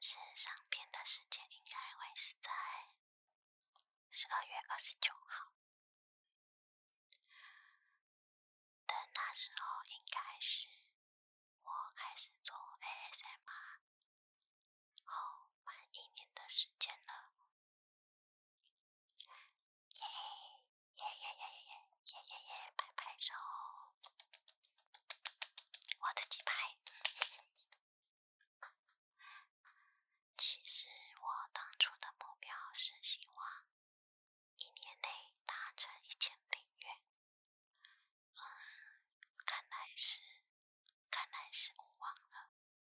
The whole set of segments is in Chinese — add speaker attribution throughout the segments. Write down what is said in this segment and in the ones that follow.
Speaker 1: 是上片的时间应该会是在12月29号，但那时候应该是我开始做 ASMR 后满1年的时间了。耶耶耶耶耶耶耶耶，拍拍手，我自己拍。其实我当初的目标是希望1年内达成1000订阅，看来是无望了。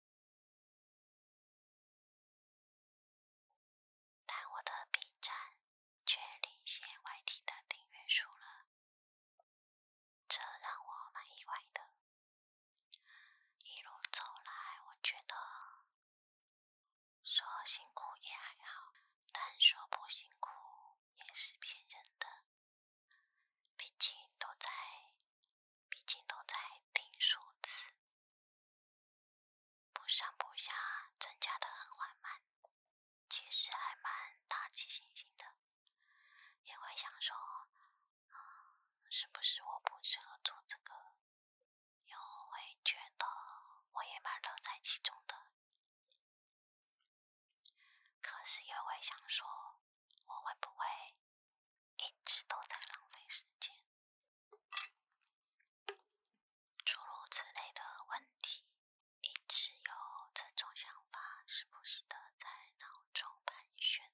Speaker 1: 但我的 B 站却领先 YT 的订阅数了，这让我蛮意外的。一路走来，我觉得说辛苦也还好，但说不辛苦也是骗人的。毕竟都在定数字，不上不下，增加得很缓慢，其实还蛮打起信心的。也会想说，是不是我不适合做这个？又会觉得我也蛮乐在其中的。可是又会想说，我会不会一直都在浪费时间？诸如此类的问题，一直有这种想法，时不时的在脑中盘旋。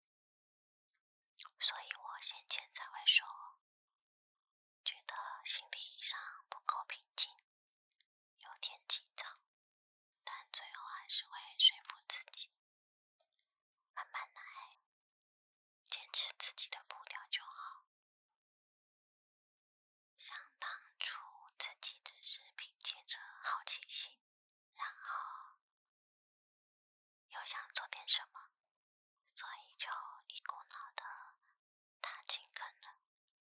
Speaker 1: 所以我先前才会说，觉得心理上不够平静，有点急躁，但最后还是会说服自己，慢慢来，坚持自己的步调就好。想当初自己只是凭借着好奇心，然后又想做点什么，所以就一股脑的踏进坑了。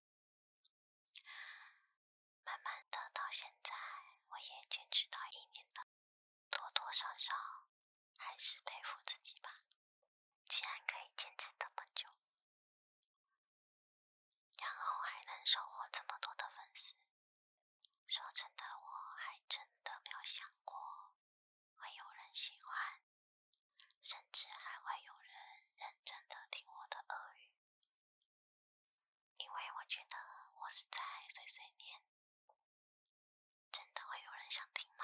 Speaker 1: 慢慢的到现在，我也坚持到1年了，多多少少还是佩服自己吧，既然可以坚持这么久，然后还能收获这么多的粉丝。说真的，我还真的没有想过会有人喜欢，甚至还会有人认真的听我的耳语，因为我觉得我是在碎碎念，真的会有人想听吗？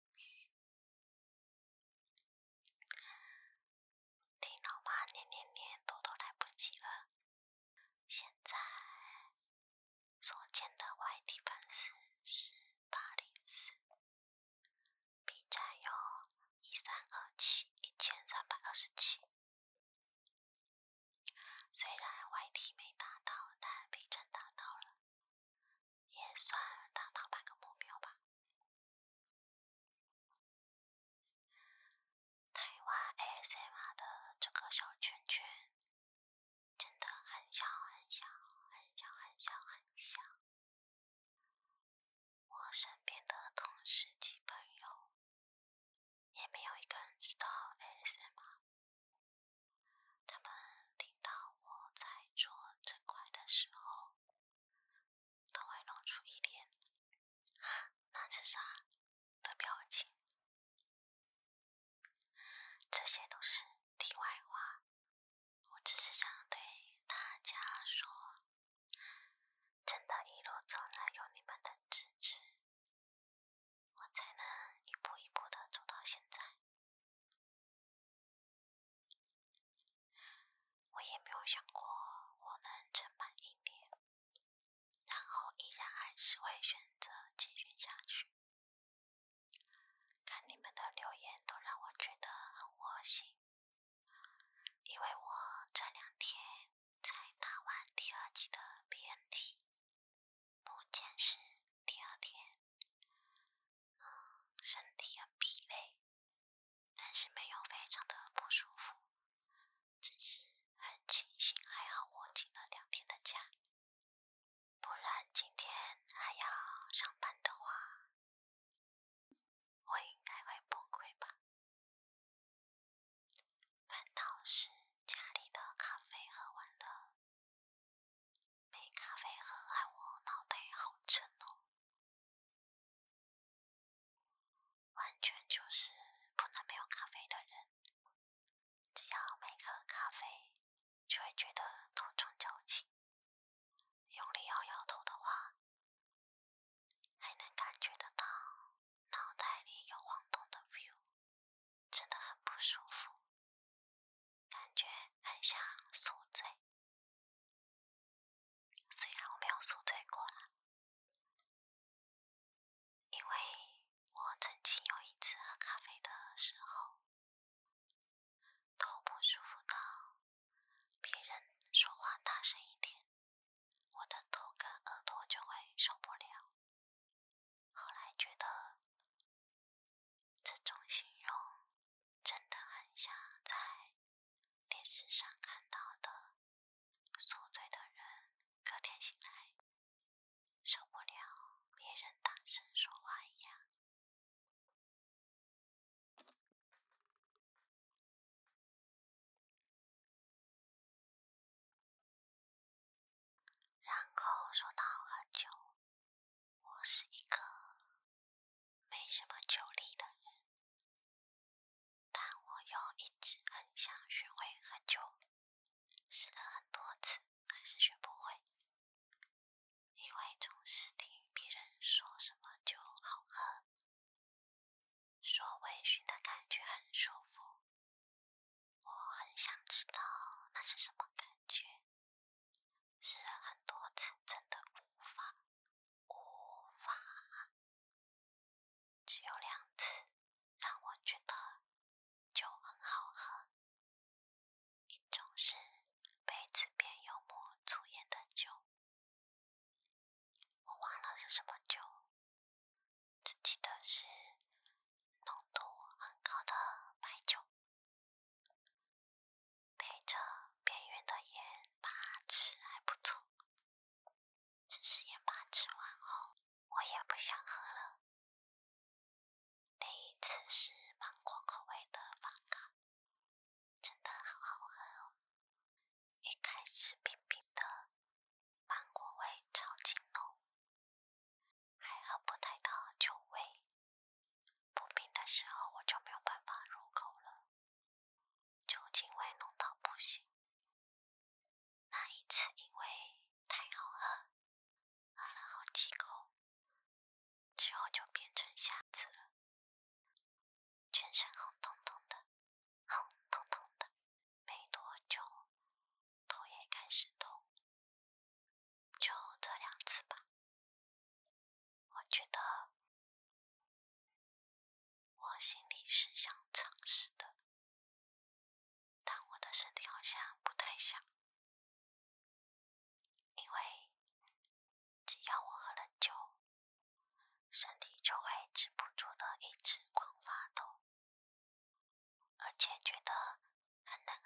Speaker 1: 听老妈念念念都来不及了。现在所见的 YT 粉丝是804，B 站有1327，1327。虽然 YT 没达到，但 B 站达到了，也算达到半个目标吧。台湾 ASMR 的这个小圈圈真的很小很小很小很小很小，我身边的同事及朋友也没有一个人知道 ASMR。他们听到我在做这块的时候，都会露出一脸那是啥的表情。这些都是题外话，我只是想对大家说，真的一路走来有你们的支持，我才能一步一步的走到现在。我也没有想过我能撑满1年，然后依然还是会选择继续下去。看你们的留言都让我觉得很窝心，因为我这2天才打完第2剂的 BNT， 目前是第2天，身体很疲累，但是没有非常的不舒服，只是很庆幸还好我请了2天的假，不然今天还要上班的话，我应该会崩溃吧。 完全就是不能没有咖啡的人，只要没喝咖啡就会觉得头重脚轻，用力摇头的话还能感觉得到脑袋里有晃动的 feel， 真的很不舒服，感觉很像宿醉。虽然我没有宿醉过啦，因为我曾经有一次喝咖啡的时候，头不舒服到别人说话大声一点，我的头跟耳朵就会受不了。后来觉得这种形容真的很像在电视上看到的宿醉的人隔天醒来受不了别人大声说话一样。然后说到喝酒，我是一个没什么酒力的人，但我又一直很想学会喝酒，试了很多次还是学不会，因为总是听别人说什么酒好喝，说微醺的感觉很舒服，我很想知道那是什么感觉，试了很多次真的无法，只有2次让我觉得酒很好喝，一种是杯子边有抹粗盐的酒，我忘了是什么酒，只记得是浓度很高的白酒，配着边缘的盐巴吃还不错，只是盐巴吃完后我也不想喝了。另一次是芒果口味的法卡，真的好好喝哦，一开始冰冰的，芒果味超级浓，还喝不太到酒味，不冰的时候我就没有办法入口了，酒精味浓到不行。那一次因为太好喝，喝了好几口，之后就变成下次了，全身红彤彤的，没多久头也开始痛，就这2次吧。我觉得我心里是想尝试的，但我的身体好像不太想，因为只要我喝了酒，身体就会止不住的一直狂发抖，而且觉得很冷，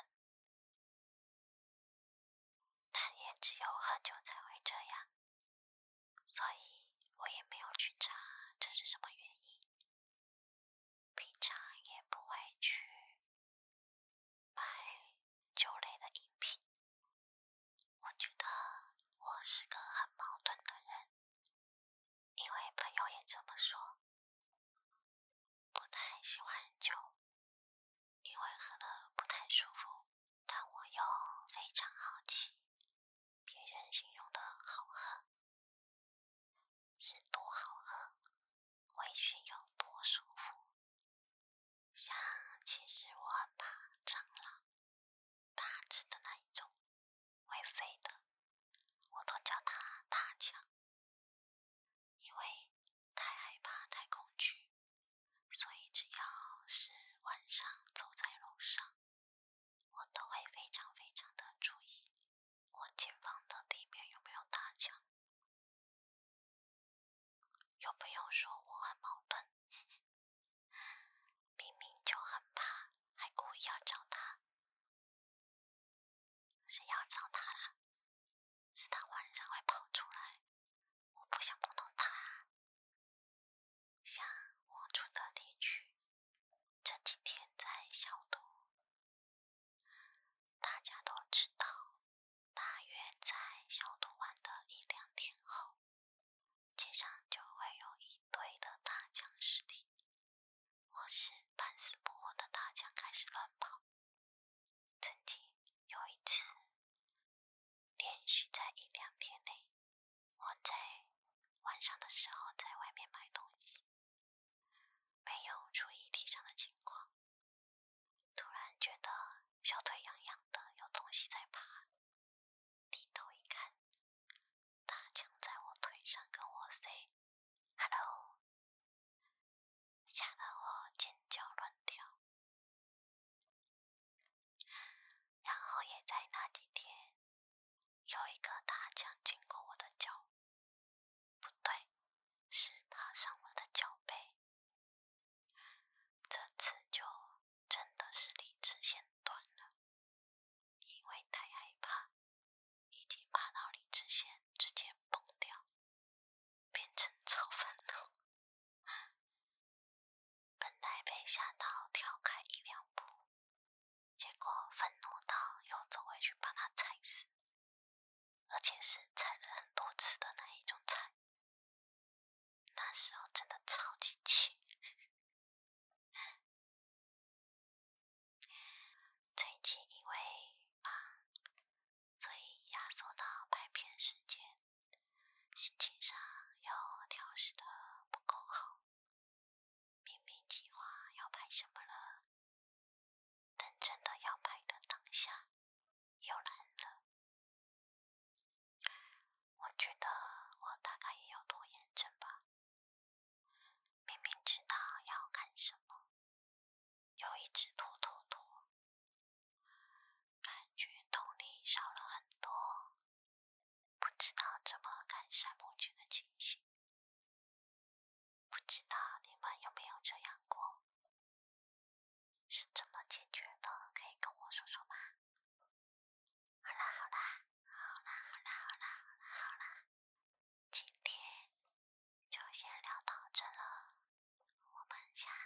Speaker 1: 但也只有喝酒才会这样，所以我也没有去查这是什么原因，平常也不会去买酒类的饮品。我觉得我是个很矛盾的人，因为朋友也这么说，不太喜欢酒，因为喝了不太舒服，但我又非常好奇别人形容的好喝是多好喝，微醺有多舒服。像其实我很怕蟑螂，大只的那一种，会飞的，我都叫它大强，因为太害怕太恐惧，所以只要是吓得我尖叫乱跳。然后也在那几天，有一个大象经过我的脚，不对，是爬上我的脚背。这次就真的是理智线断了，因为太害怕，已经爬到理智线直接崩掉，变成超愤怒。本来被吓到跳开1、2步，结果愤怒到又走回去把它踩死，而且是踩了很多次的那一种踩。那时候真的超级气。最近因为所以压缩到拍片时间，心情上又调试得不够好。明明计划要拍什么了，但真的要拍的当下又懒了。我觉得我大概也有拖延症吧，明明知道要干什么，又一直拖，感觉动力少了很多，不知道怎么改善目前的情形。不知道你们有没有这样过？是怎么解决的？可以跟我说说吗？好啦，今天就先聊到这了，我们下